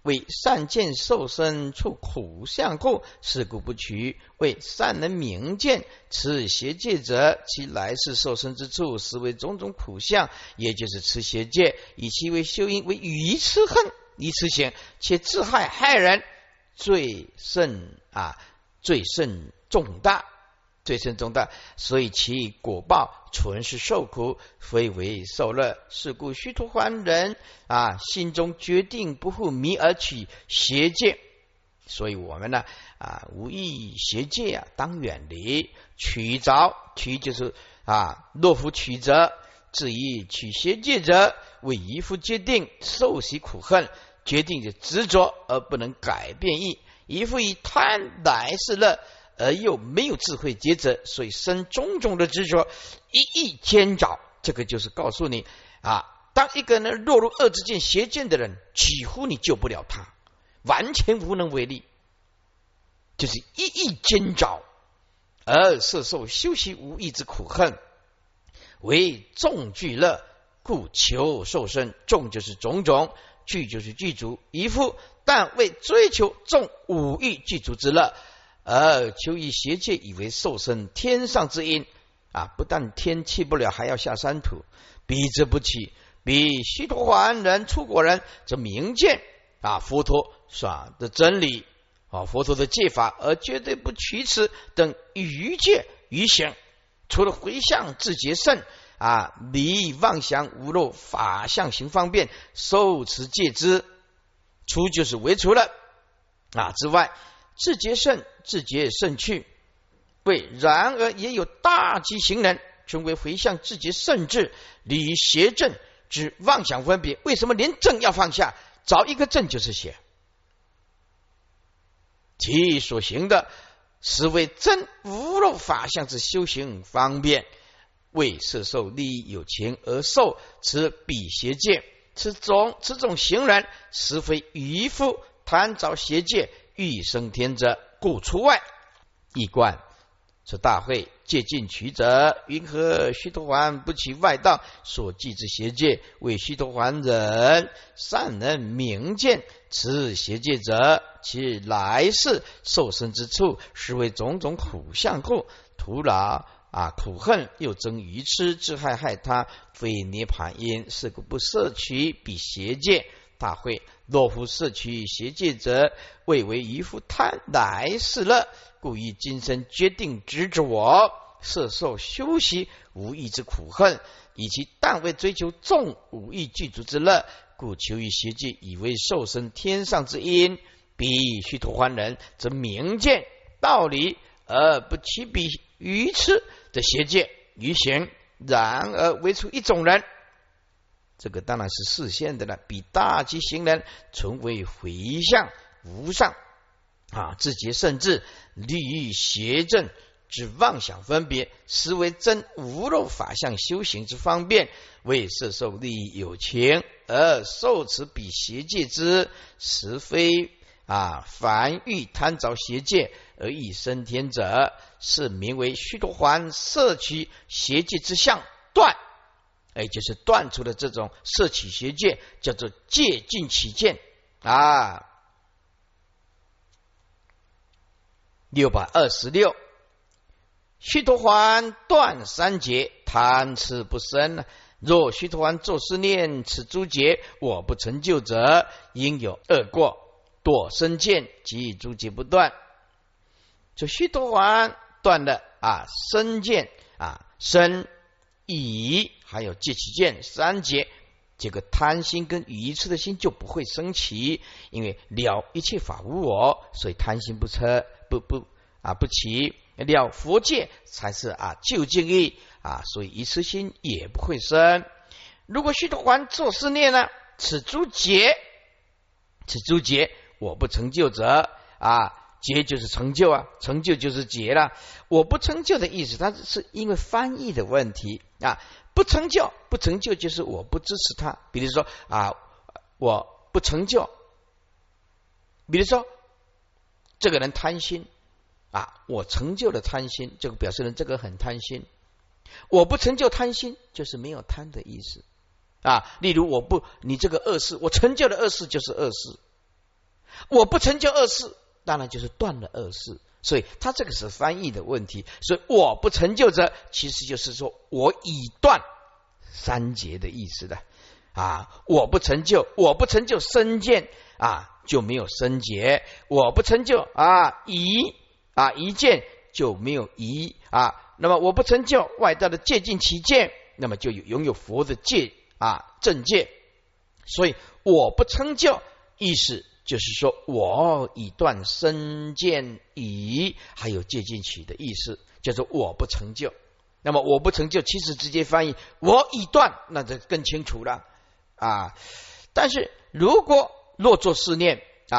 为善见受身处苦相故，是故不取。为善能明见此邪界者，其来世受身之处，实为种种苦相，也就是此邪界，以其为修因，为愚痴恨，愚痴行，且自害害人，罪甚重大。罪甚重大，所以其果报纯是受苦，非为受乐。是故须陀洹人心中决定不负迷而取邪戒。所以我们呢无意邪戒当远离。取着，取就是若夫取则，至于取邪戒者，为一夫决定受其苦恨，决定的执着而不能改变意。一夫以贪来世乐，而又没有智慧抉择，所以生种种的执着，一意兼着。这个就是告诉你当一个人落入恶之见邪见的人，几乎你救不了他，完全无能为力，就是一意兼着，而摄受修习无益之苦恨，为众具乐，故求受身。众就是种种，具就是具足，一夫但为追求众五欲具足之乐，而求以邪界以为受身天上之因不但天弃不了，还要下山土，彼之不起。彼须陀洹人出国人，则明见佛陀的真理佛陀的戒法，而绝对不取此等愚戒愚行。除了回向自觉胜离妄想无漏法相行方便，受持戒之，除就是为除了之外，自觉胜，自觉胜去。为然而也有大吉行人，均为回向自觉胜智，离邪正之妄想分别。为什么连正要放下？找一个正就是邪，其所行的实为真无漏法相之修行方便，为摄受利益有情而受持彼邪戒。此种行人，实非愚夫贪着邪戒欲生天者，故除外。一观是大会戒禁取者，云何须陀洹不取外道所记之邪戒？为须陀洹人善能明见此邪戒者，其来世受身之处，实为种种苦相故，徒劳苦恨，又增愚痴，自害害他，非涅盘因。是故不摄取彼邪戒。大会若夫摄取邪戒者，谓为愚夫贪来世乐，故以今生决定执着，摄受修习无益之苦恨，以其但为追求众五欲具足之乐，故求于邪戒，以为受身天上之因。彼须陀洹人，则明见道理，而不起彼愚痴的邪戒愚行，然而唯出一种人，这个当然是视线的了。比大吉行人，纯为回向无上自觉甚至利于邪正之妄想分别，实为真无漏法相修行之方便，为摄受利益有情而受持彼邪戒之，实非凡欲贪着邪戒而欲生天者，是名为须陀洹摄取邪戒之相断。就是断除了这种摄取邪戒，叫做戒禁起见626。须陀洹断三劫，贪痴不生。若须陀洹作是念，此诸劫我不成就者，应有恶过，堕生见，即诸劫不断。这须陀洹断了生见生疑还有戒起见三劫，这个贪心跟愚痴的心就不会升起，因为了一切法无我，所以贪心不起，了佛界才是究竟义所以愚痴心也不会生。如果须陀洹作是念呢，此诸劫我不成就者劫就是成就成就就是劫了。我不成就的意思，它是因为翻译的问题不成就就是我不支持他。比如说我不成就，比如说这个人贪心我成就了贪心，这个表示人这个很贪心。我不成就贪心，就是没有贪的意思例如你这个恶事，我成就了恶事就是恶事我不成就二事，当然就是断了二事。所以他这个是翻译的问题。所以我不成就者，其实就是说我已断三劫的意思的我不成就，我不成就身见就没有身劫，我不成就一见就没有疑那么我不成就外道的戒禁起见，那么就拥有佛的戒正戒。所以我不成就，意思就是说我已断身见疑还有戒禁起的意思，叫做我不成就。那么我不成就，其实直接翻译我已断，那就更清楚了但是如果若作是念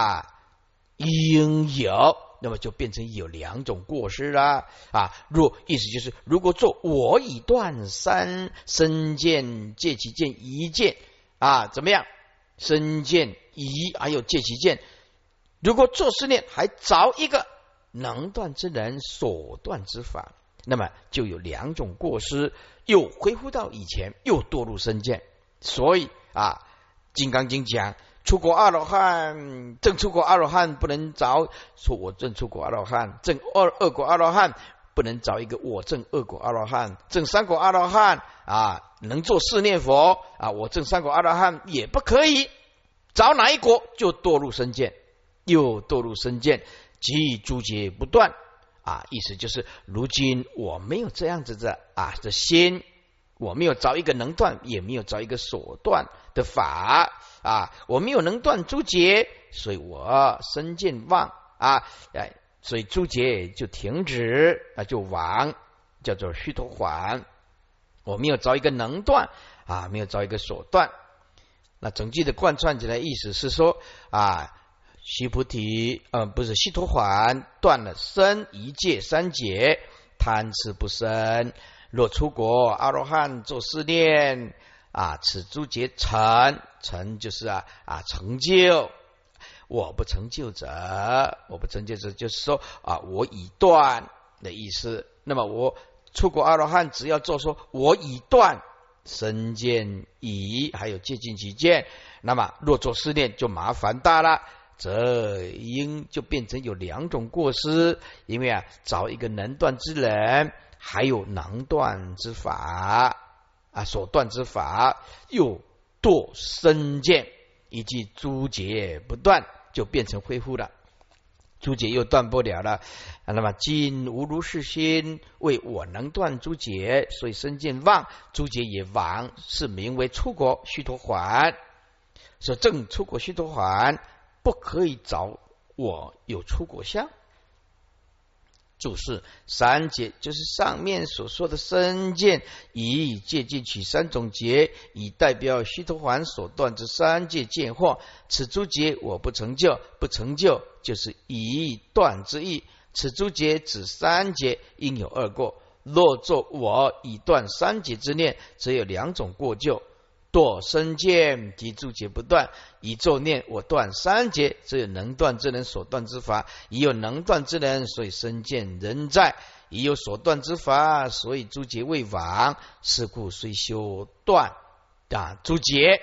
应有，那么就变成有两种过失了若意思就是如果做我已断三身见戒其见疑见怎么样？身见疑还有戒其见，如果做是念还找一个能断之人所断之法，那么就有两种过失，又恢复到以前，又堕入身见。所以金刚经讲出国阿罗汉，正出国阿罗汉不能找说我正出国阿罗汉，正二国阿罗汉不能找一个我正二国阿罗汉，正三国阿罗汉能做四念佛我正三国阿罗汉也不可以，找哪一国就堕入身见，又堕入身见，即诸劫不断意思就是如今我没有这样子的心，我没有找一个能断，也没有找一个所断的法我没有能断诸劫，所以我身见妄所以诸劫就停止就亡，叫做须陀洹。我没有找一个能断没有找一个所断。那整句的贯穿起来意思是说须菩提不是须陀洹断了身一戒三劫，贪痴不生。若出国阿罗汉作是念此诸劫成就是成就。我不成就者，我不成就者就是说我已断的意思。那么我出国阿罗汉只要做说我已断身见疑还有戒禁其见，那么若做是念就麻烦大了，则应就变成有两种过失。因为找一个能断之人，还有能断之法所断之法，又堕身见，以及诸劫不断，就变成恢复了，诸劫又断不了了那么今无如是心，为我能断诸劫，所以身见妄，诸劫也亡，是名为出国须陀洹。说正出国须陀洹不可以找我有出国相。注释三劫就是上面所说的身见以戒禁取三种劫，以代表须陀洹所断之三界见惑。此诸劫我不成就，不成就就是已断之意。此诸劫指三劫，应有二过。若作我已断三劫之念，则有两种过咎：堕身见及诸劫不断。以作念我断三劫，则有能断之人所断之法，已有能断之人，所以身见仍在；已有所断之法，所以诸劫未亡。是故虽修断诸劫，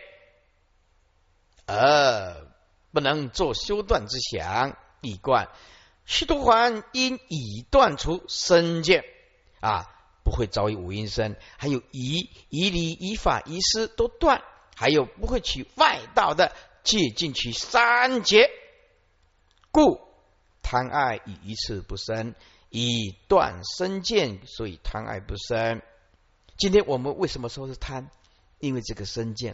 而不能做修断之想。一贯须陀洹因已断除身见不会遭遇五阴身，还有以理以法以思都断，还有不会取外道的戒禁取三劫，故贪爱以一次不生，以断身见，所以贪爱不生。今天我们为什么说是贪？因为这个身见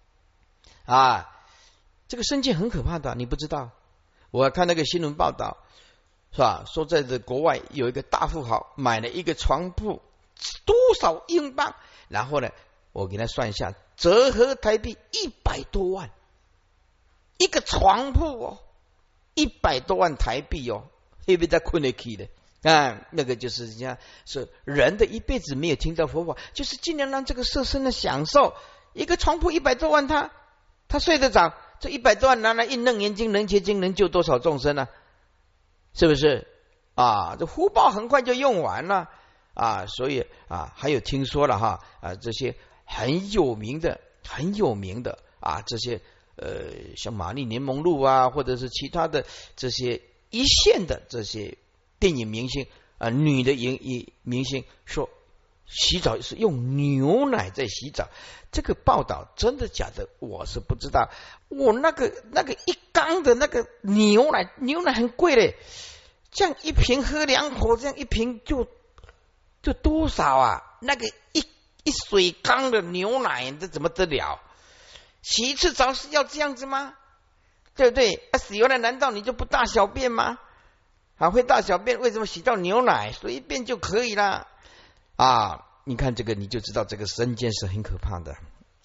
这个身见很可怕的，你不知道。我看那个新闻报道是吧，说在这国外有一个大富豪买了一个床铺多少英镑，然后呢我给他算一下，折合台币100多万一个床铺100多万台币会不会在困得起的那个就是人家说人的一辈子没有听到佛法，就是尽量让这个色身的享受。一个床铺100多万，他睡得着，这100多万拿来印楞严经能结经能救多少众生呢？是不是这福报很快就用完了所以还有听说了这些很有名的这些像玛丽莲梦露啊，或者是其他的这些一线的这些电影明星啊，女的明星说洗澡是用牛奶在洗澡，这个报道真的假的我是不知道。我那个一缸的那个牛奶很贵嘞，这样一瓶喝2口，这样一瓶就多少啊？那个一水缸的牛奶，这怎么得了？洗一次澡是要这样子吗？对不对？洗完了难道你就不大小便吗？会大小便，为什么洗到牛奶？随便就可以啦。你看这个你就知道这个身间是很可怕的，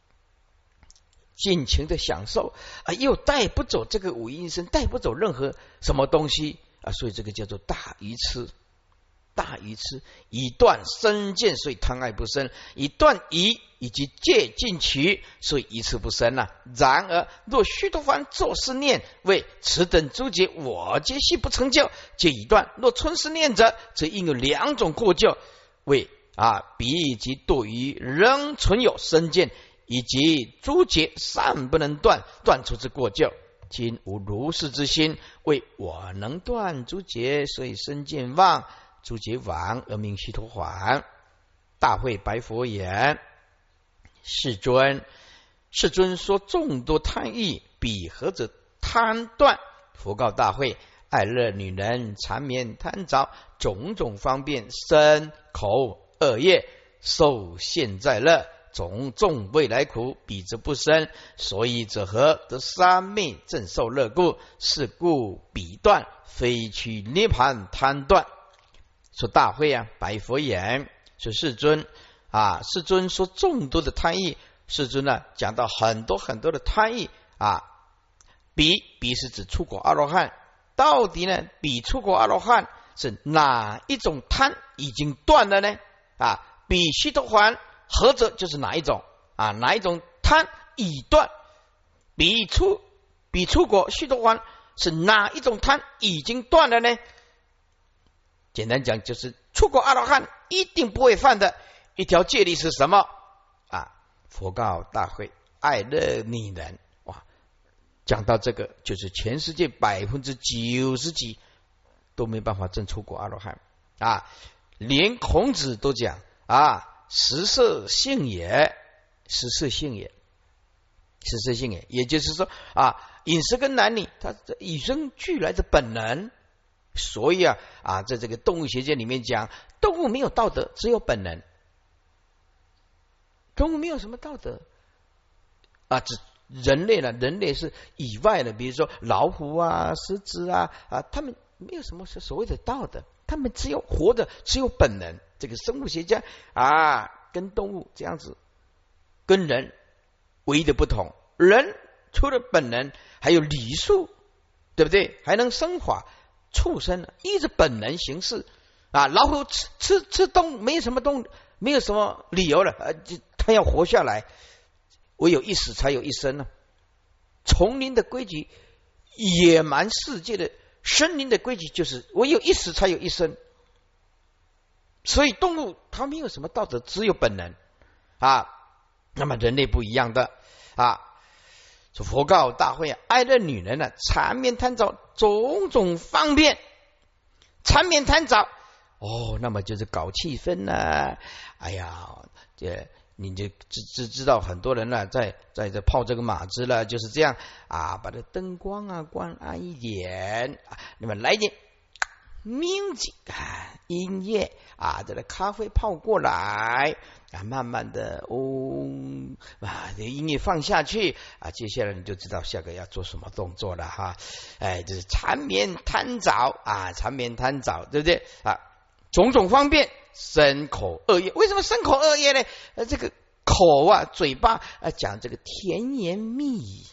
尽情的享受又带不走这个五阴身，带不走任何什么东西所以这个叫做大愚痴。大愚痴以断身见，所以贪爱不生；以断疑以及戒禁取，所以一次不生然而若须陀洹作是念，为此等诸劫我皆悉不成就，皆已断。若存是念者，则应有2种过咎，为彼及堕于仍存有身见，以及诸劫善不能断除之过咎。今无如是之心，为我能断诸劫，所以身见妄，诸劫亡而名须陀洹。大会白佛言：世尊说众多贪欲，彼何者贪断？佛告大会：爱乐女人，缠绵贪着，种种方便，身口恶业，受现在乐，种种未来苦，彼则不生。所以者何？得三昧正受乐故。是故彼断，非趋涅盘贪断。说大会白佛言：说世尊世尊说众多的贪欲，世尊讲到很多很多的贪欲彼是指出果阿罗汉。到底呢，彼出果阿罗汉是哪一种贪已经断了呢？彼须陀洹何者就是哪一种哪一种贪已断？彼出果须陀洹是哪一种贪已经断了呢？简单讲，就是出果阿罗汉一定不会犯的一条戒律是什么佛告大会：爱乐女人。讲到这个，就是全世界90%几都没办法证出果阿罗汉连孔子都讲食色性也，也就是说饮食跟男女它与生俱来的本能。所以在这个动物学界里面讲，动物没有道德，只有本能。动物没有什么道德人类是以外的，比如说老虎狮子他们没有什么所谓的道德，他们只有活的，只有本能。这个生物学家跟动物这样子，跟人唯一的不同，人除了本能还有礼数，对不对？还能生化。畜生依着本能行事老虎吃动没有什么理由了它要活下来，唯有一死才有一生丛林的规矩，野蛮世界的森林的规矩，就是唯有一死才有一生。所以动物它没有什么道德，只有本能那么人类不一样的说佛告大会爱乐女人缠绵贪着，种种方便。缠绵贪着那么就是搞气氛你就知道很多人在这泡这个马子了，就是这样把这灯光关暗一点那么来一点music音乐这个咖啡泡过来慢慢的这音乐放下去接下来你就知道下个要做什么动作了就是缠绵贪着缠绵贪着，对不对种种方便，身口恶业。为什么身口恶业呢？这个口嘴巴讲这个甜言蜜语，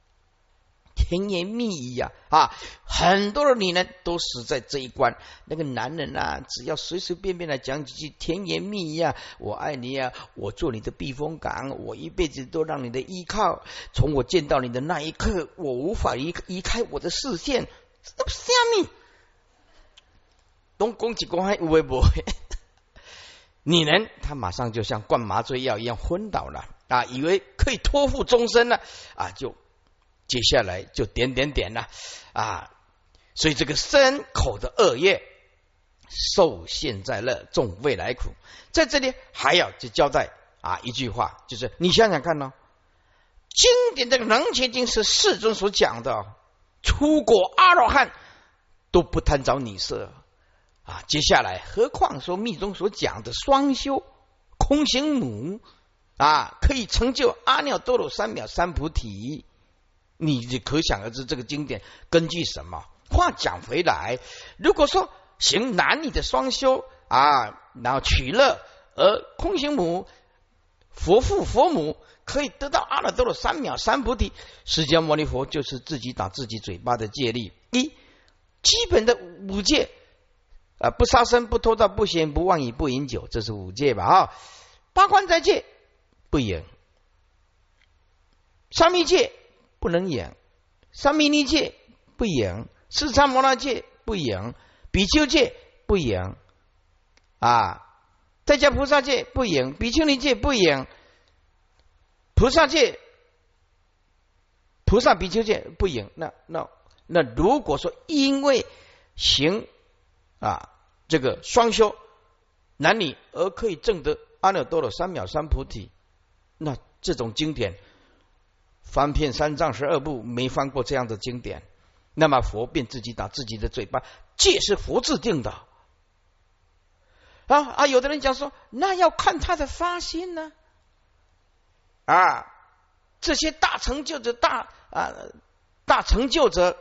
很多的女人都死在这一关。那个男人只要随随便便的讲几句甜言蜜语我爱你我做你的避风港，我一辈子都让你的依靠，从我见到你的那一刻，我无法移开我的视线。什么都讲一讲还有的没的女人她马上就像灌麻醉药一样昏倒了以为可以托付终身了就接下来就点点点了啊，所以这个身口的恶业，受现在乐，种未来苦。在这里还要就交代啊一句话，就是你想想看经典这个楞伽经是世尊所讲的，出果阿罗汉都不贪着女色啊。接下来何况说密宗所讲的双修空行母啊，可以成就阿耨多罗三藐三菩提，你可想而知这个经典根据什么。话讲回来，如果说行男女的双修啊，然后取乐，而空行母佛父佛母可以得到阿耨多罗三藐三菩提，释迦牟尼佛就是自己打自己嘴巴的戒律。一，基本的五戒不杀生，不偷盗，不邪淫，不妄语，不饮酒，这是五戒吧啊。八关斋戒不饮，三密戒不能饮，三密尼戒不饮，四禅摩那戒不饮，比丘戒不饮啊，在家菩萨戒不饮，比丘尼戒不饮，菩萨戒、菩萨比丘戒不饮。那如果说因为行这个双修男女而可以证得阿耨多罗三藐三菩提，那这种经典翻遍三藏十二部没翻过这样的经典，那么佛便自己打自己的嘴巴，戒是佛制定的有的人讲说，那要看他的发心呢这些大成就者大成就者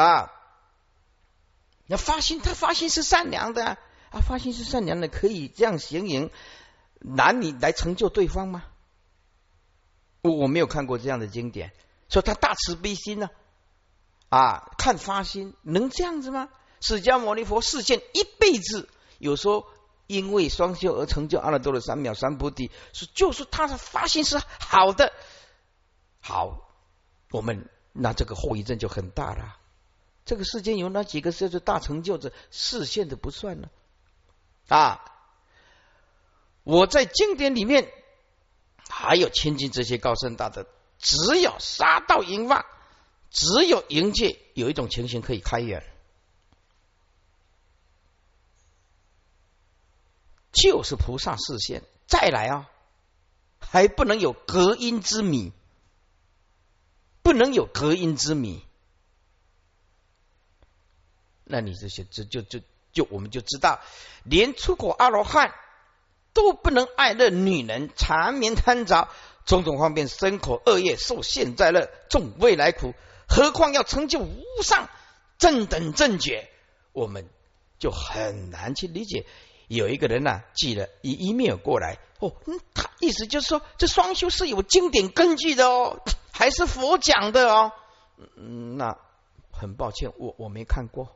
那他发心是善良的发心是善良的，可以这样行淫男女来成就对方吗？我没有看过这样的经典，说他大慈悲心呢看发心能这样子吗？释迦牟尼佛示现一辈子，有说因为双修而成就阿耨多罗三藐三菩提，就是他的发心是好的。好，我们那这个后遗症就很大了。这个世间有哪几个是大成就者示现的不算呢我在经典里面还有亲近这些高僧大德，只有杀盗淫妄，只有淫戒有一种情形可以开源，就是菩萨示现。再来还不能有隔音之谜，不能有隔音之谜。那你这些就我们就知道，连出果阿罗汉都不能爱乐女人，缠绵贪着，种种方便身口恶业，受现在乐，种未来苦，何况要成就无上正等正觉，我们就很难去理解。有一个人寄了email过来他意思就是说，这双修是有经典根据的还是佛讲的那很抱歉，我没看过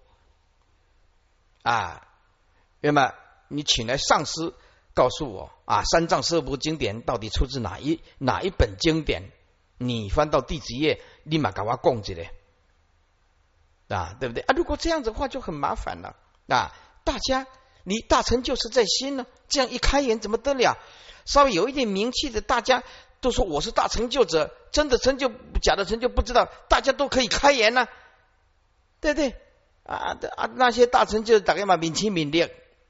那么你请来上师告诉我三藏十二部经典到底出自哪一本经典？你翻到第几页，立马给我讲一下对不对如果这样子的话就很麻烦了大家你大成就是在心呢，这样一开眼怎么得了？稍微有一点名气的，大家都说我是大成就者，真的成就假的成就不知道，大家都可以开眼呢对不对那些大成就大概嘛名气名利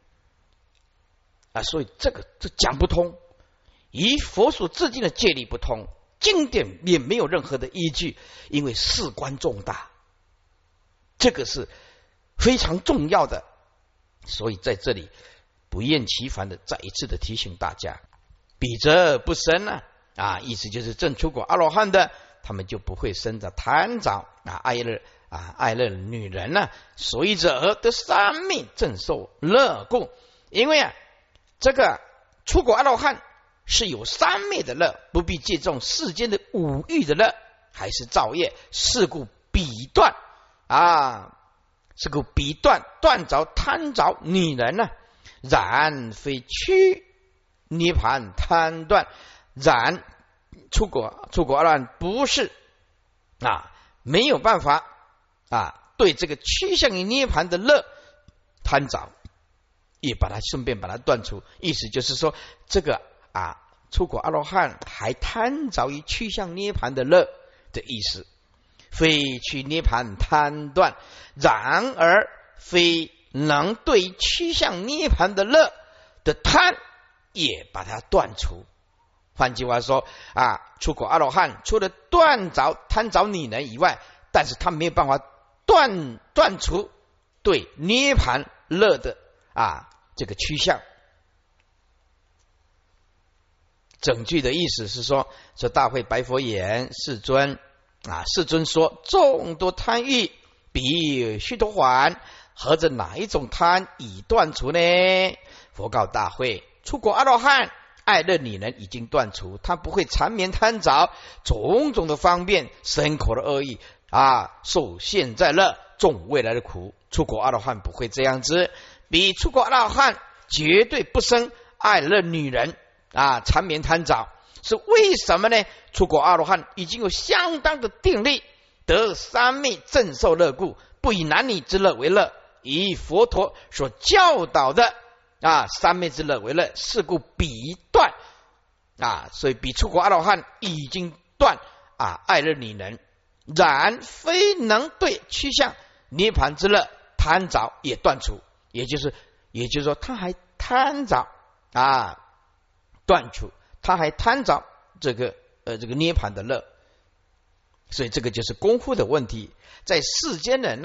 所以这讲不通，与佛所制定的戒律不通，经典也没有任何的依据，因为事关重大，这个是非常重要的。所以在这里不厌其烦的再一次的提醒大家，彼则不生意思就是正出果阿罗汉的，他们就不会生着贪着爱乐女人所以者得三昧正受乐故。因为这个出果阿罗汉是有三昧的乐，不必借重世间的五欲的乐，还是造业，是故彼断是故彼断着贪着女人然非趋涅盘贪断，然出果阿罗汉不是没有办法对这个趋向于涅盘的乐贪着，也顺便把它断除。意思就是说，这个出果阿罗汉还贪着于趋向涅盘的乐的意思。 非去涅盘贪断，然而非能对趋向涅盘的乐的贪也把它断除。换句话说出果阿罗汉除了断着贪着女人以外，但是他没有办法断除对涅盘乐的这个趋向。整句的意思是说大会白佛言：世尊世尊说，众多贪欲比须陀洹，合着哪一种贪已断除呢？佛告大会：出果阿罗汉爱乐女人已经断除，他不会缠绵贪着种种的方便，身口的恶意受现在乐，种未来的苦。出果阿罗汉不会这样子，比出果阿罗汉绝对不生爱乐女人缠绵贪着。是为什么呢？出果阿罗汉已经有相当的定力，得三昧正受乐故，不以男女之乐为乐，以佛陀所教导的三昧之乐为乐，是故彼断所以彼出果阿罗汉已经断爱乐女人，然非能对趋向涅盘之乐贪着也断除，也就是说他还贪着断除，他还贪着这个涅盘的乐。所以这个就是功夫的问题。在世间人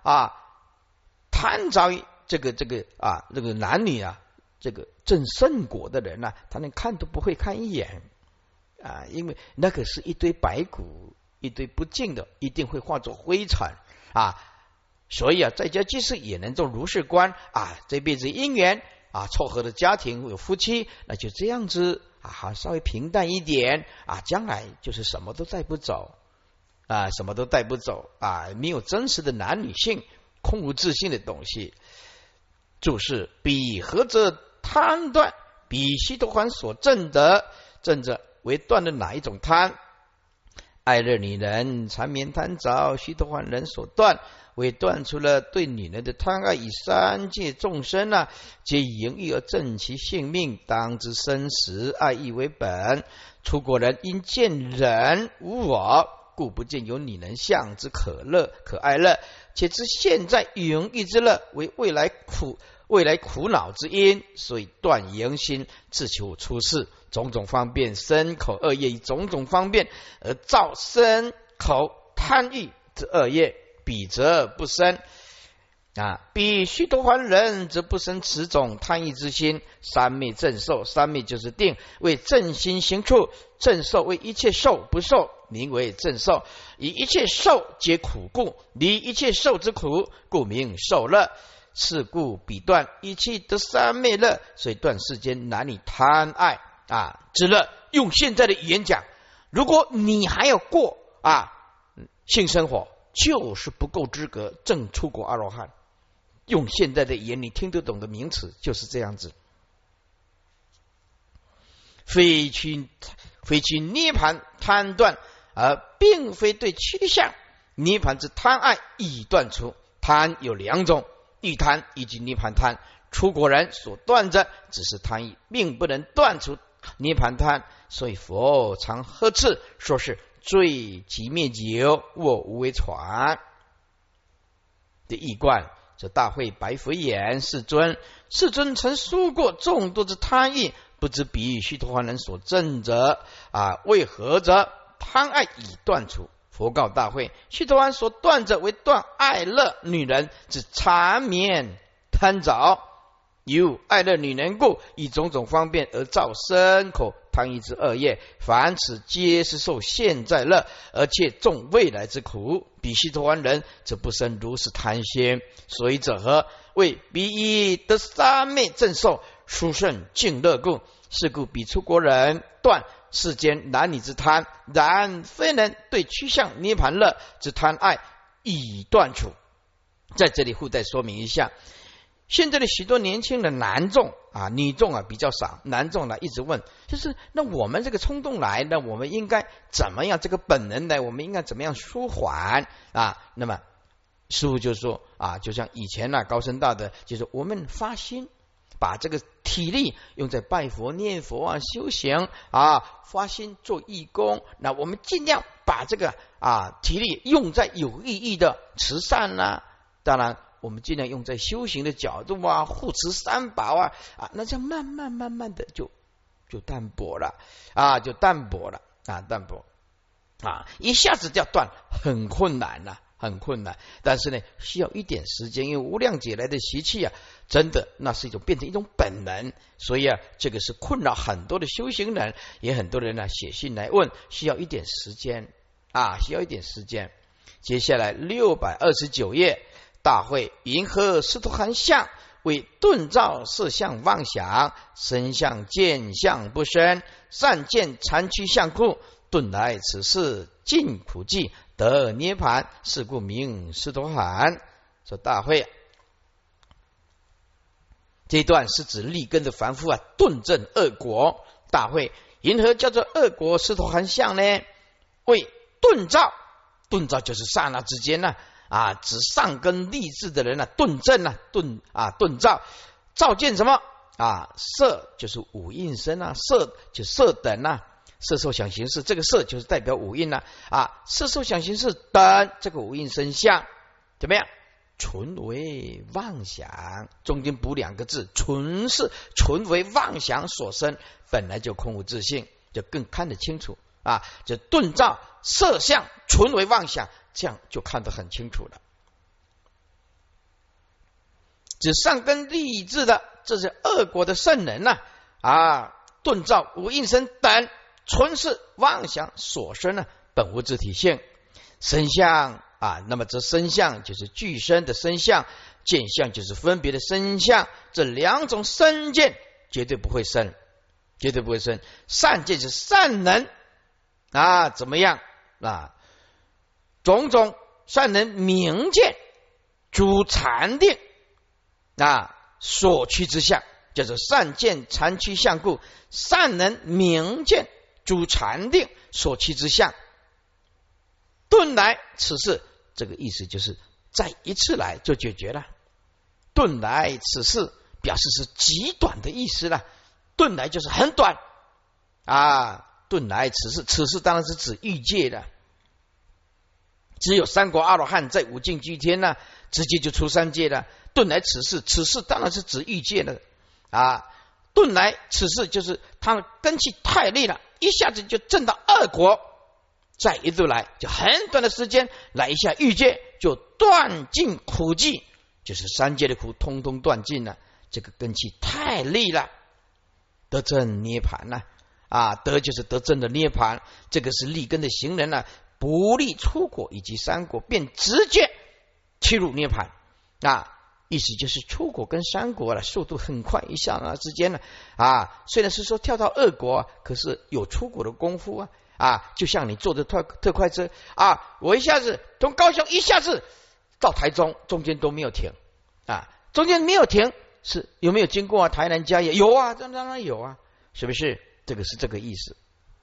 贪着这个男女这个证圣果的人他连看都不会看一眼因为那个是一堆白骨，一堆不净的，一定会化作灰尘所以在家居士也能做如是观这辈子因缘凑合的家庭有夫妻，那就这样子稍微平淡一点将来就是什么都带不走什么都带不走没有真实的男女性，空无自性的东西。注释：彼何者贪断？彼须陀洹所证者为断的哪一种贪？爱乐女人缠绵贪着，须陀洹人所断为断除了对女人的贪爱，以三界众生皆淫欲而正其性命，当知生死爱意为本。出果人因见人无我，故不见有女人相之可乐可爱乐，且知现在淫欲之乐为未来苦恼之因，所以断淫心，自求出世。种种方便，身口恶业，以种种方便而造身口贪欲之恶业，彼则不生彼须陀洹人则不生此种贪欲之心。三昧正受，三昧就是定，为正心行处，正受为一切受不受，名为正受。以一切受皆苦故，离一切受之苦，故名受乐。是故彼断一切得三昧乐，所以断世间男女贪爱之乐。用现在的语言讲，如果你还要过性生活，就是不够资格证出果阿罗汉。用现在的语言你听得懂的名词就是这样子。非去涅盘贪断，而并非对趋向涅盘之贪爱已断除。贪有两种，欲贪以及涅盘贪。出果人所断者只是贪欲，并不能断除涅盘贪，所以佛常呵斥说是罪即灭久，我无为传的义观。这大会白佛言：世尊曾说过众多之贪欲，不知彼须陀洹人所证者为何者贪爱已断除？佛告大会：须陀洹所断者为断爱乐女人之缠绵贪着，由爱乐女人故，以种种方便而造身口贪欲之恶业，凡此皆是受现在乐，而且种未来之苦。彼须陀洹人则不生如是贪心，所以者何？为彼以得三昧正受，殊胜净乐故。是故彼出果人断世间男女之贪，然非能对趋向涅盘乐之贪爱已断除。在这里附带说明一下，现在的许多年轻的男众女众比较少，男众一直问，就是那我们这个冲动来，那我们应该怎么样？这个本能来，我们应该怎么样舒缓那么师父就说就像以前高僧大德就是我们发心把这个体力用在拜佛、念佛啊、修行啊、发心做义工。那我们尽量把这个体力用在有意义的慈善啊，当然我们尽量用在修行的角度啊，护持三宝那这样慢慢的就淡薄了就淡薄了淡薄一下子就要断，很困难很困难。但是呢，需要一点时间，因为无量劫来的习气真的那是变成一种本能，所以这个是困扰很多的修行人，也很多人写信来问，需要一点时间需要一点时间。接下来629页，大会云何斯陀含相为顿照色相妄想，身相见相不生，善见残躯相故，顿来此事尽苦寂，得涅盘，是故名斯陀含。说大会这一段是指立根的凡夫顿证恶果。大会云何叫做恶果斯陀含相呢？为顿照，顿照就是刹那之间指上根立志的人顿证顿照，照见什么色就是五蕴身色就色等色受想行识，这个色就是代表五蕴色受想行识等这个五蕴身相怎么样？纯为妄想，中间补2个字，纯是纯为妄想所生，本来就空无自性，就更看得清楚就顿照色相纯为妄想，这样就看得很清楚了。指上根立志的，这是恶果的圣人顿照无应身等，纯是妄想所生本无自体性。身相那么这身相就是具身的身相，见相就是分别的身相，这2种身见绝对不会生，绝对不会生。善见是善能怎么样种种善能明见诸禅定所趋之相，叫做善见残躯相故，善能明见诸禅定所趋之相，顿来此事，这个意思就是再一次来就解决了。顿来此事表示是极短的意思了，顿来就是很短顿来此事，此事当然是指欲界的，只有三国阿罗汉在五境居天直接就出三界了。顿来此事，此事当然是指欲界的顿来此事就是他的根气太利了，一下子就证到恶果，再一度来就很短的时间来一下欲界，就断尽苦寂，就是三界的苦通通断尽了，这个根气太利了，得证涅盘得就是得证的涅盘。这个是立根的行人不立出果以及三果，便直接切入涅盘意思就是出果跟三果了，速度很快，一刹那之间虽然是说跳到恶果，可是有出果的功夫就像你坐的特快车我一下子从高雄一下子到台中，中间都没有停中间没有停，是有没有经过台南嘉义？有当然有是不是？这个是这个意思。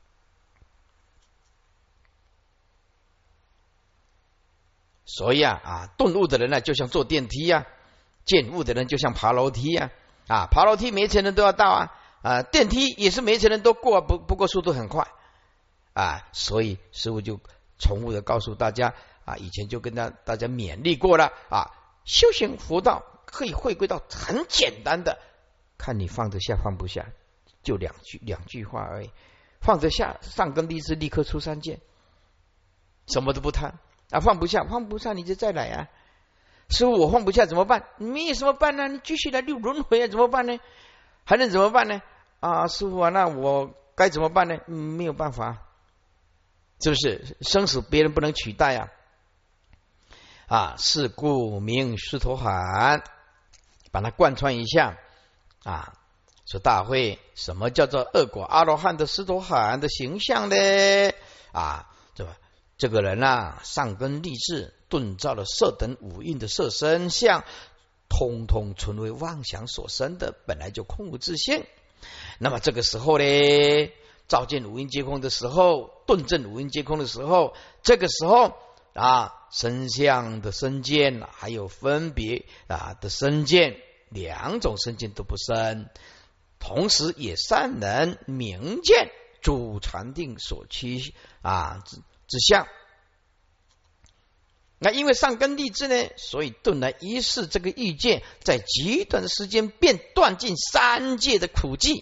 所以顿悟的人就像坐电梯见悟的人就像爬楼梯爬楼梯没钱人都要到电梯也是没钱人都过不过速度很快所以师父就重复的告诉大家以前就跟大家勉励过了修行佛道可以回归到很简单的，看你放得下放不下，就两句话而已。放得下，上根立志立刻出三界，什么都不贪放不下你就再来师父我放不下怎么办？你有什么办呢？你继续来六轮回怎么办呢？还能怎么办呢？师父那我该怎么办呢？没有办法，是不是？生死别人不能取代是故名斯陀含，把它贯穿一下说大会什么叫做恶果阿罗汉的斯陀含的形象呢？这个人上根立志，顿照了色等五蕴的色身相，通通纯为妄想所生的，本来就空无自性。那么这个时候呢，照见五蕴皆空的时候，顿证五蕴皆空的时候，这个时候身相的身见，还有分别的身见两种身见都不生，同时也善能明见主禅定所趋之相。那因为上根立志呢，所以顿来一世这个欲界，在极短的时间便断尽三界的苦迹，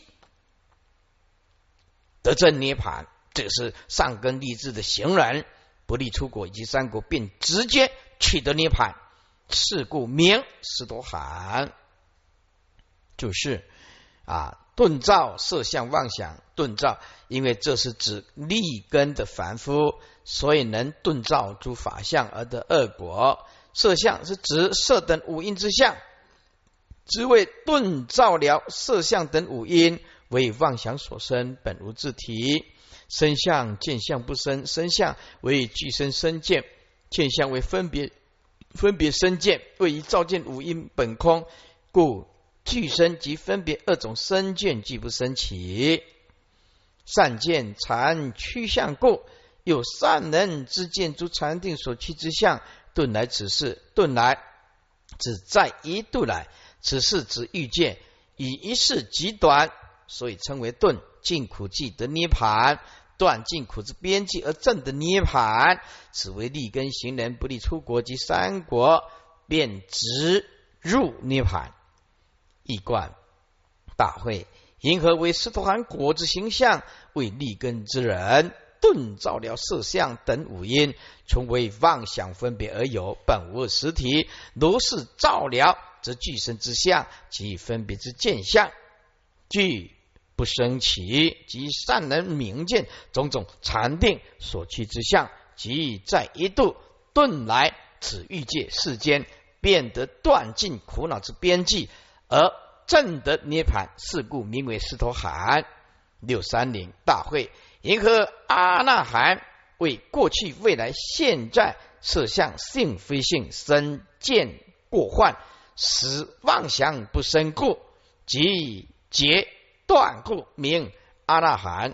得证涅槃。这个是上根立志的行人，不立出国以及三国，便直接取得涅槃。是故名斯陀含。就是顿造色相妄想。顿造因为这是指立根的凡夫，所以能顿造诸法相而得恶果。色相是指色等五阴之相，只为顿造了色相等五阴，为妄想所生，本无自体。身相见相不生，身相为具身身见，见相为分别身见，位于照见五阴本空，故具身及分别二种身见俱不生起。善见禅趋向故，有善人之见诸禅定所趋之相。顿来此事，顿来只在一度来，此事指欲界，以一世极短，所以称为顿。尽苦际得涅槃，断尽苦之边际而证得涅槃，此为立根行人，不立出国及三国，便直入涅槃。一观大会，银河为斯陀含果之形象，为立根之人，顿造了色相等五阴，从为妄想分别而有，本无实体。如是造了，则具身之相及分别之见相俱不生起，即善人明见种种禅定所趋之相，即在一度顿来此欲界世间，便得断尽苦恼之边际，而证得涅槃。是故名为斯陀含。630大会，银河阿那含为过去未来现在色相性非性身见过患，使妄想不生故，即结断故，名阿那含。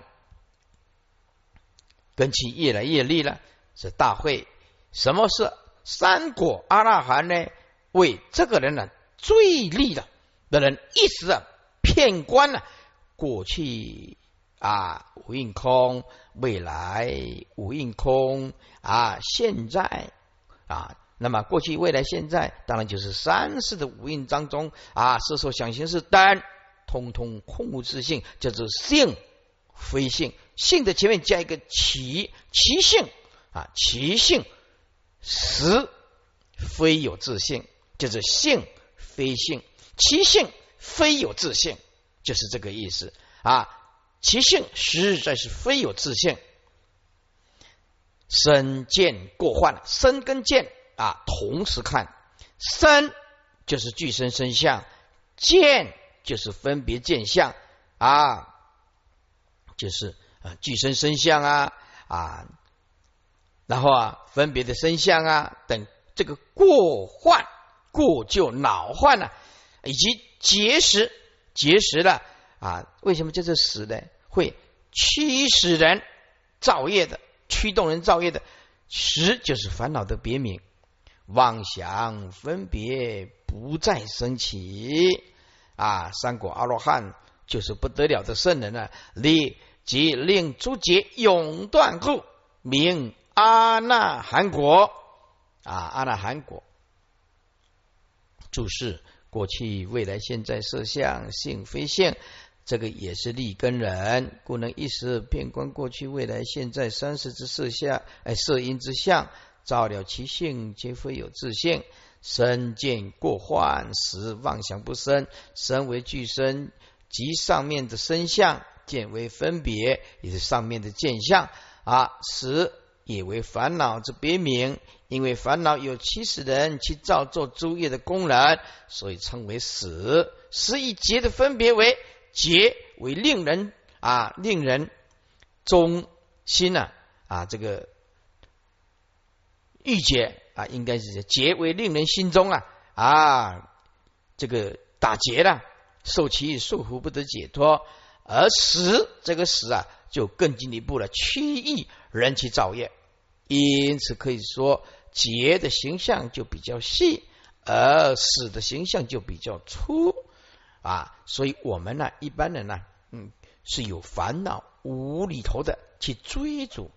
根器越来越利了，是大会。什么是三果阿那含呢？为这个人最利的人，一时骗观过去无印空，未来无印空现在那么过去未来现在当然就是三世的五蕴当中色受想行识等通通空无自性，叫做性非性。性的前面加一个其性其性实非有自性，就是性非性，其性非有自性，就是这个意思其性实在是非有自性。身见过患，身跟见同时看，身就是具身身相，见就是分别见相就是具身身相然后分别的身相等，这个过患过就恼患以及结识了为什么叫做识呢？会驱使人造业的，驱动人造业的。识就是烦恼的别名，妄想分别不再升起三果阿罗汉就是不得了的圣人立即令诸劫永断故，名阿那含果阿那含果。注释：过去未来现在色相性非性，这个也是立根人，故能一时遍观过去未来现在三世之色音之相，照了其性，皆非有自性。身见过患，使妄想不生。身为具身，即上面的身相；见为分别，也是上面的见相识也为烦恼之别名。因为烦恼有驱使人去造作诸业的功能，所以称为识。识以结的分别为结，为令人中心这个欲结应该是结为令人心中这个打结了，受其束缚不得解脱。而识这个识就更进一步了，驱役人去造业。因此可以说结的形象就比较细， 而死的形象就比较粗啊。所以我们呢，一般人呢，是有烦恼无厘头的去追求，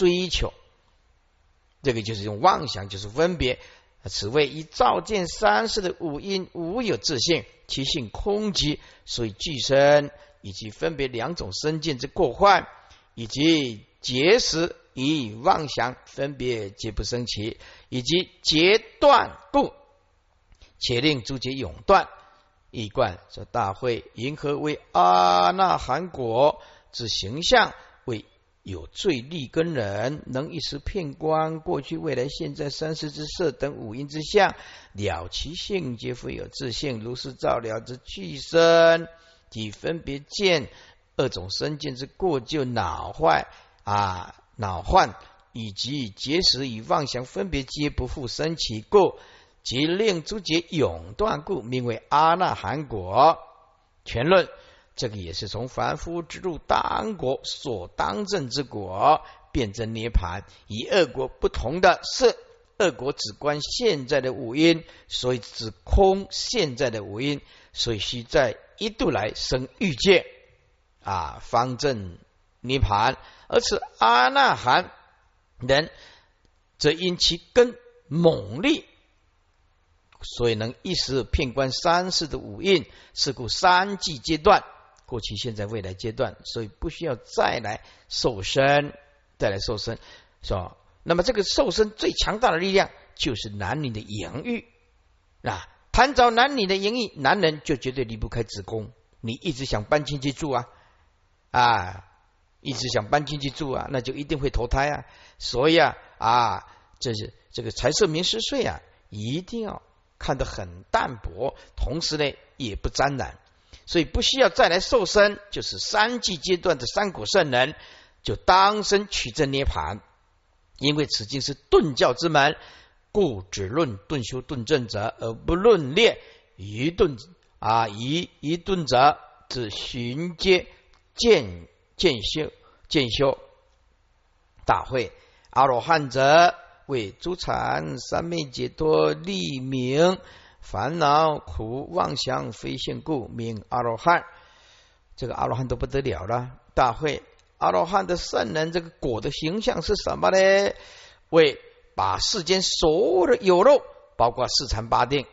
这个就是用妄想，就是分别。此谓以照见三世的五阴无有自性，其性空寂，所以俱生，以及分别两种身见之过患，以及结识以妄想分别皆不生起，以及截断故，且令诸劫永断。一贯说大会银河为阿那含果之形象，为有罪利根人，能一时遍观过去未来现在三世之色等五阴之相，了其性皆非有自性，如是照了之俱生及分别见二种身见之过旧恼坏恼患，以及结识与妄想分别皆不复生起故，即令诸劫永断故，名为阿那含果。全论这个也是从凡夫之入当国所当证之果，辩证涅盘。以二国不同的是，二国只观现在的五阴，所以只空现在的五阴，所以须在一度来生欲界方证涅盘。而此阿那含人，则因其根猛烈，所以能一时遍观三世的五蕴，是故三际阶段，过去现在未来阶段，所以不需要再来受身，是吧？那么这个受身最强大的力量就是男女的淫欲谈着男女的淫欲，男人就绝对离不开子宫，你一直想搬进去住一直想搬进去住那就一定会投胎所以这是这个财色名食睡一定要看得很淡薄，同时呢也不沾染，所以不需要再来受身，就是三际阶段的三果圣人就当身取证涅盘。因为此经是顿教之门，故只论顿修顿证者，而不论列愚顿愚顿者之循阶渐修。大会阿罗汉者，为诸禅三昧解脱利名，烦恼苦妄想非现故，名阿罗汉。这个阿罗汉都不得了了。大会阿罗汉的圣人，这个果的形象是什么呢？为把世间所有的有漏，包括四禅八定，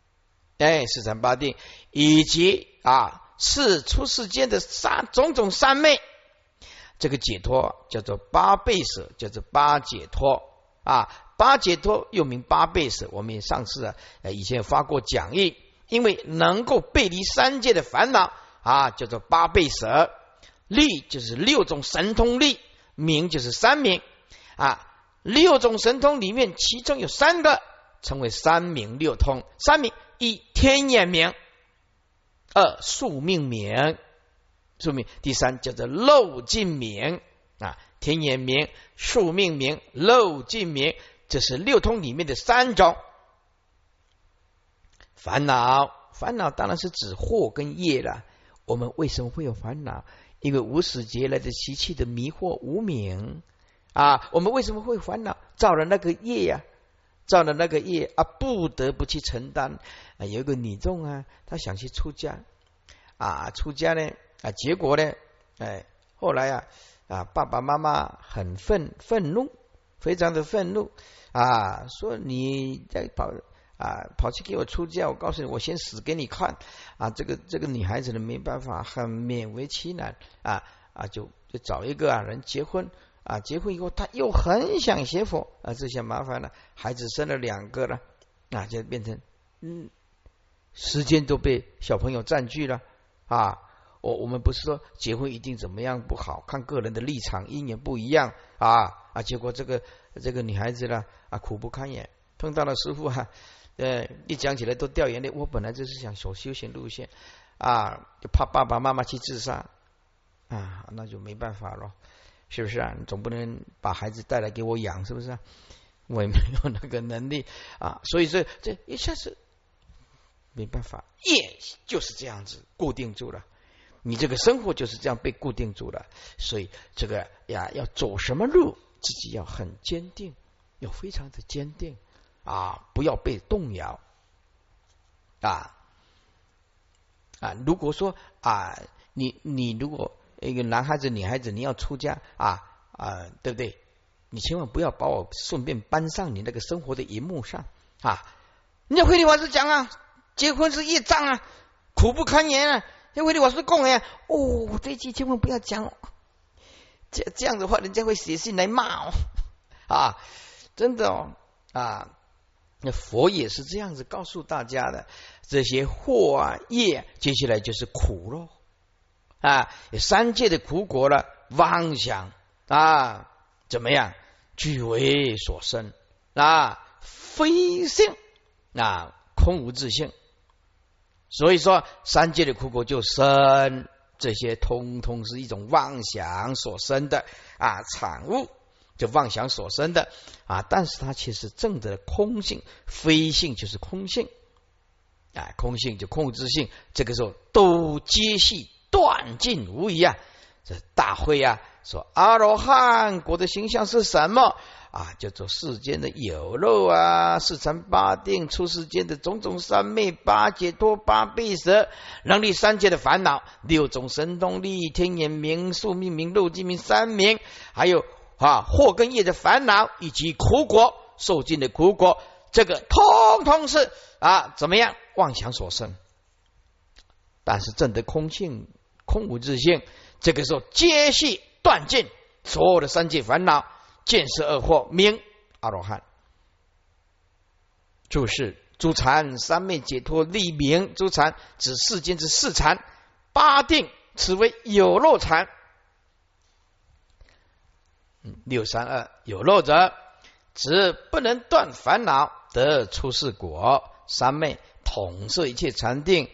以及是出世间的种种三昧，这个解脱叫做八倍舍，叫做八解脱八解脱又名八倍舍。我们也上次以前有发过讲义，因为能够背离三界的烦恼叫做八倍舍。力就是六种神通力，名就是三名六种神通里面，其中有三个称为三明六通。三明：一天眼明，二宿命明，第三叫做漏尽明天眼明、宿命明、漏尽明，这是六通里面的三种。烦恼当然是指祸跟业了。我们为什么会有烦恼？因为无始劫来的习气的迷惑无明我们为什么会烦恼？造了那个业不得不去承担有一个女众她想去出家出家呢结果呢后来爸爸妈妈很愤怒，非常的愤怒说你在跑去给我出家，我告诉你，我先死给你看这个女孩子呢没办法，很勉为其难就找一个人结婚结婚以后她又很想学佛这下麻烦了，孩子生了2个了就变成时间都被小朋友占据了我们不是说结婚一定怎么样不好，看个人的立场因缘不一样结果这个女孩子呢苦不堪言，碰到了师父一讲起来都掉眼泪。我本来就是想走修行路线就怕爸爸妈妈去自杀那就没办法了，是不是你总不能把孩子带来给我养，是不是我也没有那个能力所以这一下子没办法，业就是这样子固定住了，你这个生活就是这样被固定住了。所以这个要走什么路，自己要很坚定，要非常的坚定不要被动摇如果说你如果一个男孩子女孩子你要出家对不对？你千万不要把我顺便搬上你那个生活的荧幕上人家慧理法师讲结婚是业障苦不堪言慧理法师讲这一句千万不要讲这样的话人家会写信来骂真的那佛也是这样子告诉大家的，这些祸业接下来就是苦咯三界的苦果了，妄想怎么样俱为所生非性空无自性，所以说三界的苦果就生，这些通通是一种妄想所生的产物，就妄想所生的但是它却是正的空性，非性就是空性空性就空无自性，这个时候都皆系断尽无疑这大会说阿罗汉果的形象是什么叫做世间的有漏四禅八定，出世间的种种三昧八解脱八臂蛇，能力三界的烦恼，六种神通力，天眼明，宿命明，漏尽明，三明，还有祸跟业的烦恼，以及苦果受尽的苦果，这个通通是怎么样妄想所生。但是证得空性空无自性，这个时候皆系断尽所有的三界烦恼，见识二惑，名阿罗汉。注释：诸禅三昧解脱立名，诸禅指世间之四禅，八定此为有漏禅。632有漏者，指不能断烦恼得出世果。三昧统摄一切禅定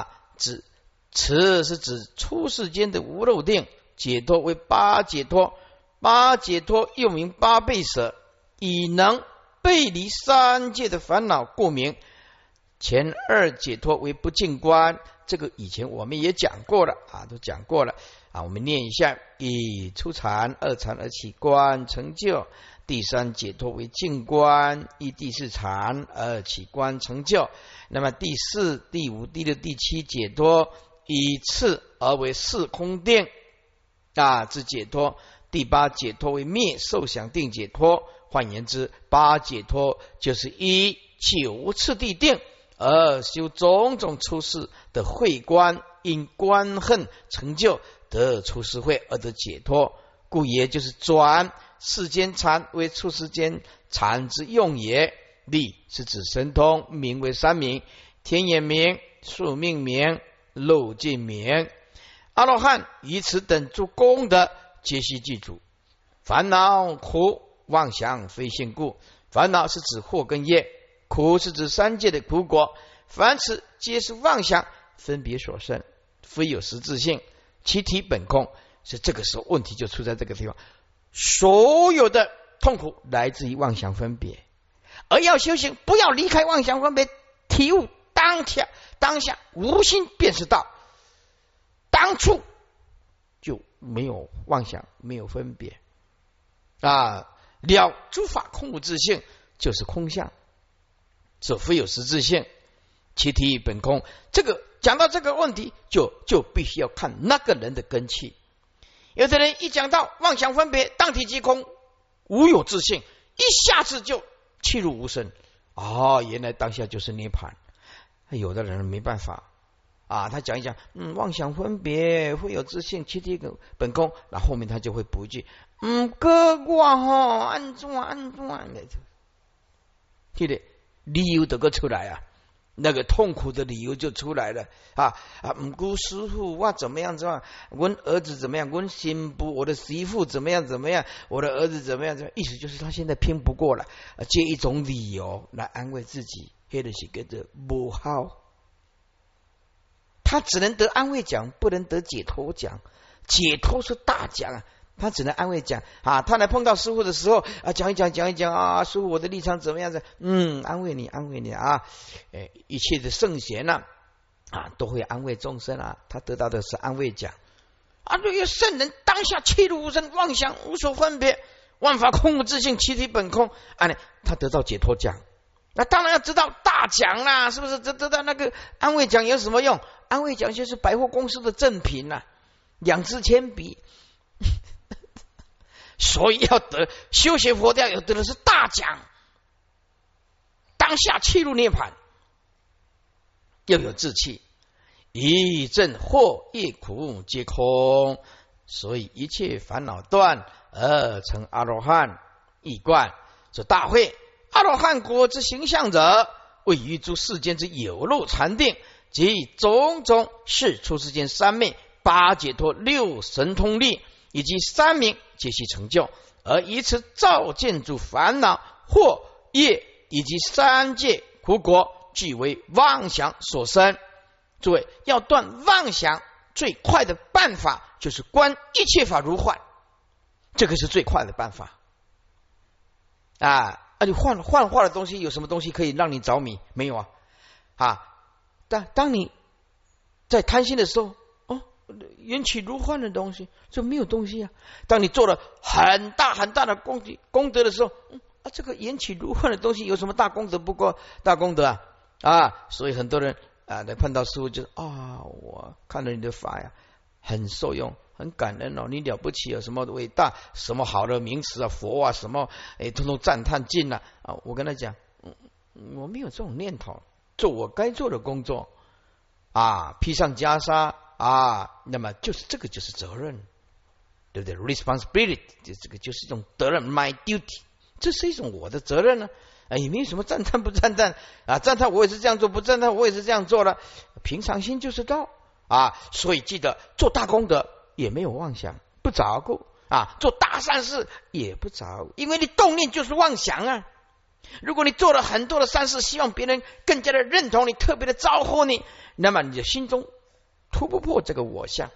此是指出世间的无漏定。解脱为八解脱，八解脱又名八倍舍，以能背离三界的烦恼，故名。前二解脱为不净观，这个以前我们也讲过了都讲过了我们念一下：以初禅二禅而起观成就，第三解脱为净观，以第四禅而起观成就。那么第四、第五、第六、第七解脱以次而为四空定之解脱，第八解脱为灭受想定解脱。换言之，八解脱就是依九次第定而修种种出世的慧观，因观恨成就得出世慧而得解脱，故也就是转世间禅为出世间禅之用也。力是指神通，名为三明：天眼明、宿命明、漏尽明。阿罗汉以此等诸功德，皆悉具足。烦恼苦妄想非性故，烦恼是指祸跟业，苦是指三界的苦果，凡此皆是妄想分别所生，非有实质性，其体本空。是这个时候问题就出在这个地方，所有的痛苦来自于妄想分别，而要修行，不要离开妄想分别，体悟当下无心便是道，当初就没有妄想，没有分别了诸法空无自性，就是空相，这非有实质性，其体本空。这个讲到这个问题，就必须要看那个人的根器。有的人一讲到妄想分别，当体即空，无有自性，一下子就气入无声原来当下就是涅槃。有的人没办法他讲一讲妄想分别会有自性，其体本空，然后后面他就会补一句哥我安怎对的，理由都个出来那个痛苦的理由就出来了不过师父我怎么样我儿子怎么样，我媳妇怎么样，我的儿子怎么样，意思就是他现在拼不过了，借一种理由来安慰自己，那就是叫做不好。他只能得安慰奖，不能得解脱奖。解脱是大奖他只能安慰讲他来碰到师父的时候讲一讲师父我的立场怎么样子安慰你一切的圣贤都会安慰众生他得到的是安慰奖对于圣人当下气入无声，妄想无所分别，万法空无自性，其体本空他得到解脱奖那当然要知道大奖啦，是不是？知道那个安慰奖有什么用？安慰奖就是百货公司的赠品啦，2支铅笔。所以要得修学佛教，有得的是大奖，当下契入涅槃，又有志气，一证惑业苦皆空，所以一切烦恼断而成阿罗汉。一观这大会，阿罗汉果之形象者，位于诸世间之有漏禅定及种种事出世间三昧、8解脱、6神通力以及3明皆悉成就，而以此照见诸烦恼、惑业以及3界苦果，俱为妄想所生。诸位要断妄想，最快的办法就是观一切法如幻，这个是最快的办法啊！你幻化的东西，有什么东西可以让你着迷？没有啊！当你在贪心的时候，缘起如幻的东西就没有东西啊。当你做了很大很大的功德的时候，这个缘起如幻的东西有什么大功德？不过大功德所以很多人来碰到师父就是我看了你的法呀，很受用，很感恩你了不起什么伟大，什么好的名词佛什么通通赞叹尽了我跟他讲，我没有这种念头，做我该做的工作披上袈裟那么就是这个就是责任，对不对 ？responsibility 这个就是一种责任 ，my duty， 这是一种我的责任呢。也没有什么赞叹不赞叹赞叹我也是这样做，不赞叹我也是这样做了，平常心就是道所以记得做大功德也没有妄想，不着顾做大善事也不着顾，因为你动念就是妄想如果你做了很多的善事，希望别人更加的认同你，特别的招呼你，那么你的心中突不破这个我相。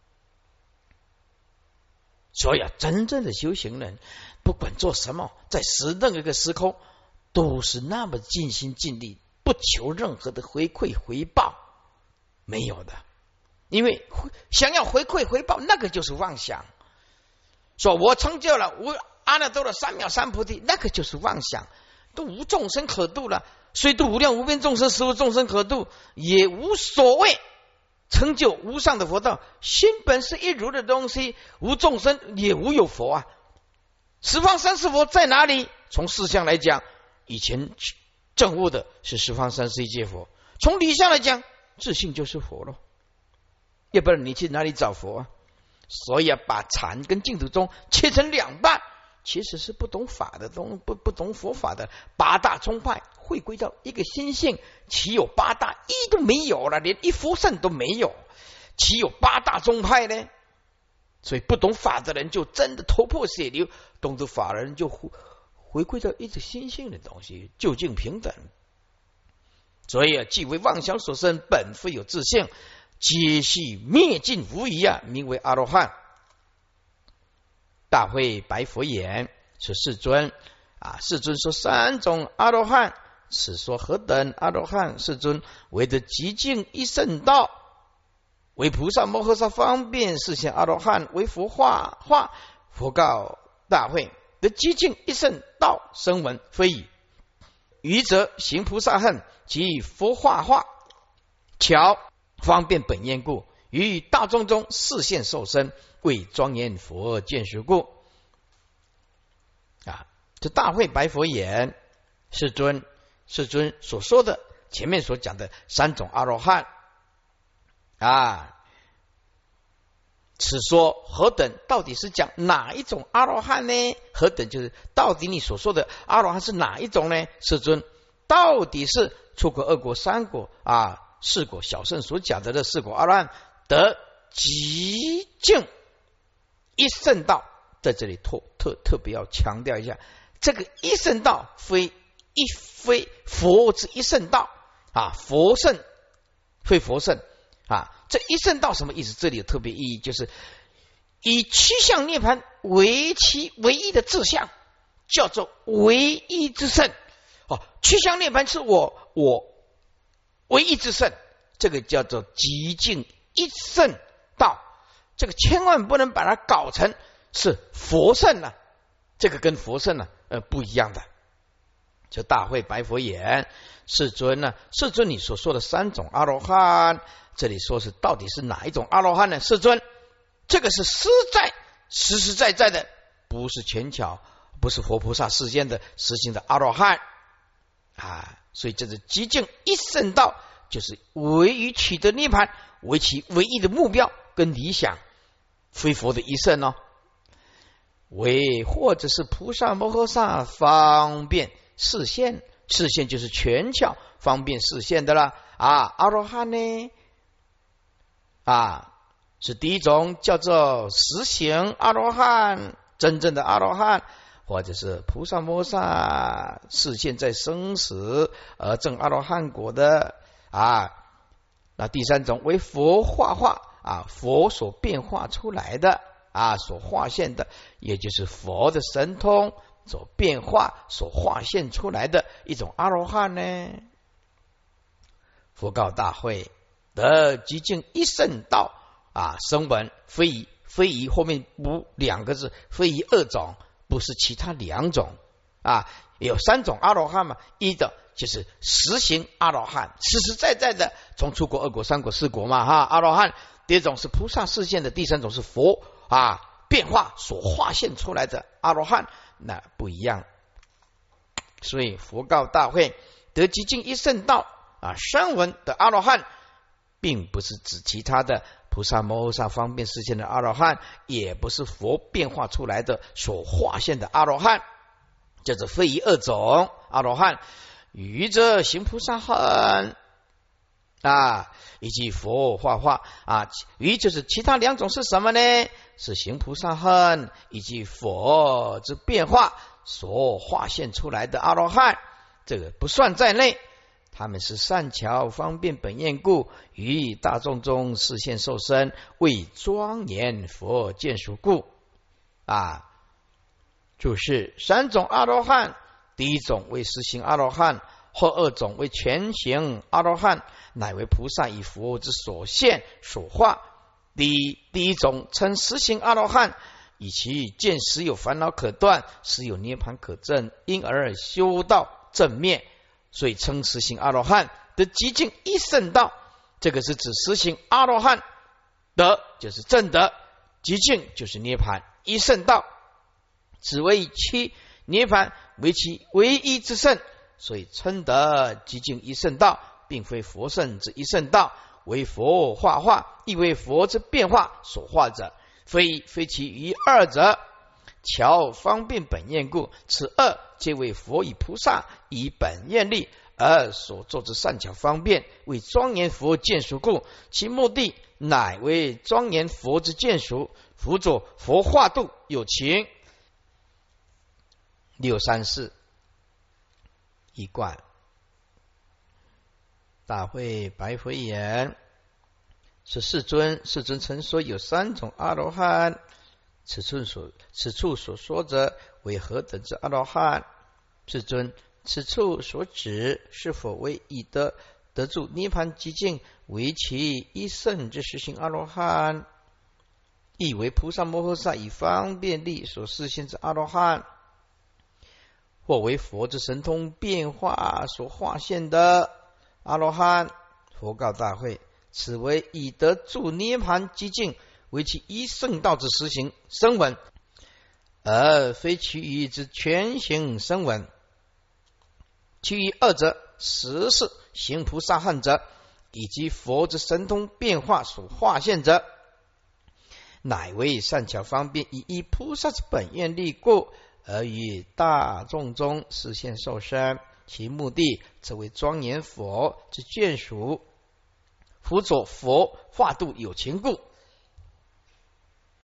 所以真正的修行人，不管做什么，在任何一个时空，都是那么尽心尽力，不求任何的回馈回报，没有的。因为想要回馈回报，那个就是妄想。说我成就了阿耨多罗三藐三菩提，那个就是妄想，都无众生可度了。虽度无量无边众生，实无众生可度，也无所谓。成就无上的佛道，心本是一如的东西，无众生也无有佛十方三世佛在哪里？从事相来讲，以前证悟的是十方三世一切佛，从理相来讲，自性就是佛了，要不然你去哪里找佛所以把禅跟净土宗切成2半，其实是不懂法的不懂佛法的8大宗派会归到一个心性，岂有8大？一都没有了，连一佛圣都没有，岂有8大宗派呢？所以不懂法的人就真的头破血流，懂得法的人就回归到一个心性的东西，究竟平等。所以即为妄想所生，本非有自性，皆系灭尽无疑名为阿罗汉。大会白佛言：说世尊世尊说3种阿罗汉，此说何等阿罗汉？世尊为得极净一圣道，为菩萨摩诃萨方便示现阿罗汉，为佛化。佛告大会：得极净一圣道，声闻非已。愚者行菩萨恨，即佛化巧方便本愿故，于大众中示现受身，为庄严佛见识故。这大会白佛言：世尊所说的前面所讲的3种阿罗汉此说何等？到底是讲哪一种阿罗汉呢？何等就是到底你所说的阿罗汉是哪一种呢？世尊，到底是出国、2国、3国4果小圣所讲的这4果阿罗汉得极净一圣道，在这里特别要强调一下，这个一圣道非佛之一圣道佛圣非佛圣这一圣道什么意思？这里有特别意义，就是以趋向涅槃为其唯一的志向，叫做唯一之圣趋向涅槃是我唯一之圣，这个叫做极净一圣道。这个千万不能把它搞成是佛圣这个跟佛圣不一样的这大会白佛言：世尊呢？世尊，你所说的三种阿罗汉，这里说是到底是哪一种阿罗汉呢？世尊，这个是实实在在的，不是权巧，不是佛菩萨世间的实行的阿罗汉啊。所以这是极境一圣道，就是唯于取得涅槃为其唯一的目标跟理想，非佛的一圣哦。为或者是菩萨摩诃萨方便示现，示现就是权巧方便示现的啦啊。阿罗汉呢啊，是第一种叫做实行阿罗汉，真正的阿罗汉，或者是菩萨摩诃萨示现在生死而证阿罗汉果的啊。那第三种为佛化化啊，佛所变化出来的啊，所化现的，也就是佛的神通所变化所化现出来的一种阿罗汉呢。佛告大会：得极境一圣道啊，声闻非遗后面补两个字，非遗二种，不是其他两种啊。有三种阿罗汉嘛，一的就是实行阿罗汉，实实在在的从出国、二国、三国、四国嘛哈，阿罗汉。第二种是菩萨示现的，第三种是佛啊变化所化现出来的阿罗汉，那不一样。所以佛告大会：得极境一圣道啊，声闻的阿罗汉，并不是指其他的菩萨摩诃萨方便示现的阿罗汉，也不是佛变化出来的所化现的阿罗汉，叫做非遗二种阿罗汉。愚者行菩萨恨啊，以及佛化化啊，愚就是其他两种是什么呢？是行菩萨恨以及佛之变化所化现出来的阿罗汉，这个不算在内。他们是善巧方便本愿故，于大众中示现受身，为庄严佛见属故啊。就是三种阿罗汉，第一种为实行阿罗汉，后二种为全行阿罗汉，乃为菩萨以佛之所现所化。第一种称实行阿罗汉，以其见实有烦恼可断，实有涅槃可证，因而修道正灭，所以称实行阿罗汉。得极境一圣道，这个是指实行阿罗汉，德就是正德，极境就是涅槃，一圣道只为其涅槃为其唯一之圣，所以称得极境一圣道，并非佛圣之一圣道，为佛化化，亦为佛之变化所化者，非其余二者。巧方便本愿故，此二皆为佛与菩萨以本愿力而所作之善巧方便，为庄严佛见属故，其目的乃为庄严佛之见属，辅佐佛化度有情。634一贯大会白佛言：是世尊曾说有三种阿罗汉，此处所说者为何等之阿罗汉？世尊，此处所指是否为已得住涅槃极境为其一圣之实行阿罗汉，亦为菩萨摩诃萨以方便力所示现之阿罗汉，或为佛之神通变化所化现的阿罗汉？佛告大会：此为已得住涅槃极境为其一圣道之实行声闻，而非其余之全行声闻。其余二者，实是行菩萨恨者，以及佛之神通变化所化现者，乃为善巧方便以依菩萨之本愿力故，而于大众中示现受身，其目的则为庄严佛之眷属，辅佐佛化度有情故。